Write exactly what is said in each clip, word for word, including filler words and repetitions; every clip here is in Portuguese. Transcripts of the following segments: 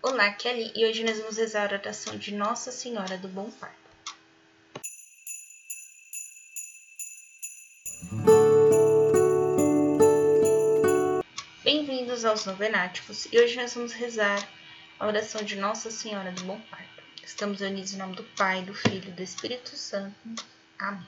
Olá, Kelly, e hoje nós vamos rezar a oração de Nossa Senhora do Bom Parto. Bem-vindos aos Novenáticos, e hoje nós vamos rezar a oração de Nossa Senhora do Bom Parto. Estamos unidos em nome do Pai, do Filho e do Espírito Santo. Amém.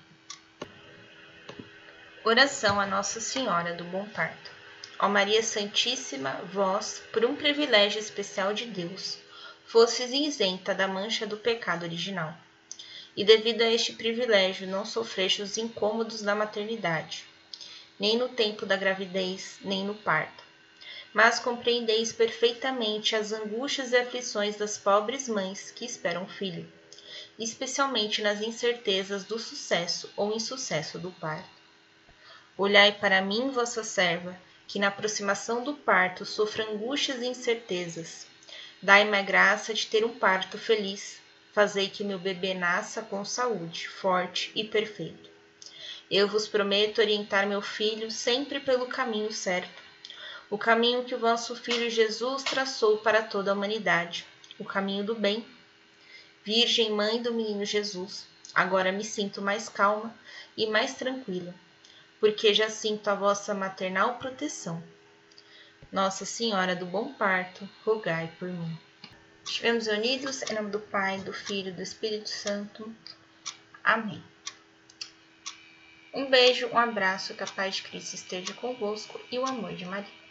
Oração a Nossa Senhora do Bom Parto. Ó Maria Santíssima, vós, por um privilégio especial de Deus, fostes isenta da mancha do pecado original, e devido a este privilégio não sofreste os incômodos da maternidade, nem no tempo da gravidez, nem no parto, mas compreendeis perfeitamente as angústias e aflições das pobres mães que esperam filho, especialmente nas incertezas do sucesso ou insucesso do parto. Olhai para mim, vossa serva, que na aproximação do parto sofro angústias e incertezas. Dai-me a graça de ter um parto feliz. Fazei que meu bebê nasça com saúde, forte e perfeito. Eu vos prometo orientar meu filho sempre pelo caminho certo, o caminho que o vosso Filho Jesus traçou para toda a humanidade, o caminho do bem. Virgem Mãe do Menino Jesus, agora me sinto mais calma e mais tranquila, porque já sinto a vossa maternal proteção. Nossa Senhora do Bom Parto, rogai por mim. Estivemos unidos em nome do Pai, do Filho e do Espírito Santo. Amém. Um beijo, um abraço, que a paz de Cristo esteja convosco e o amor de Maria.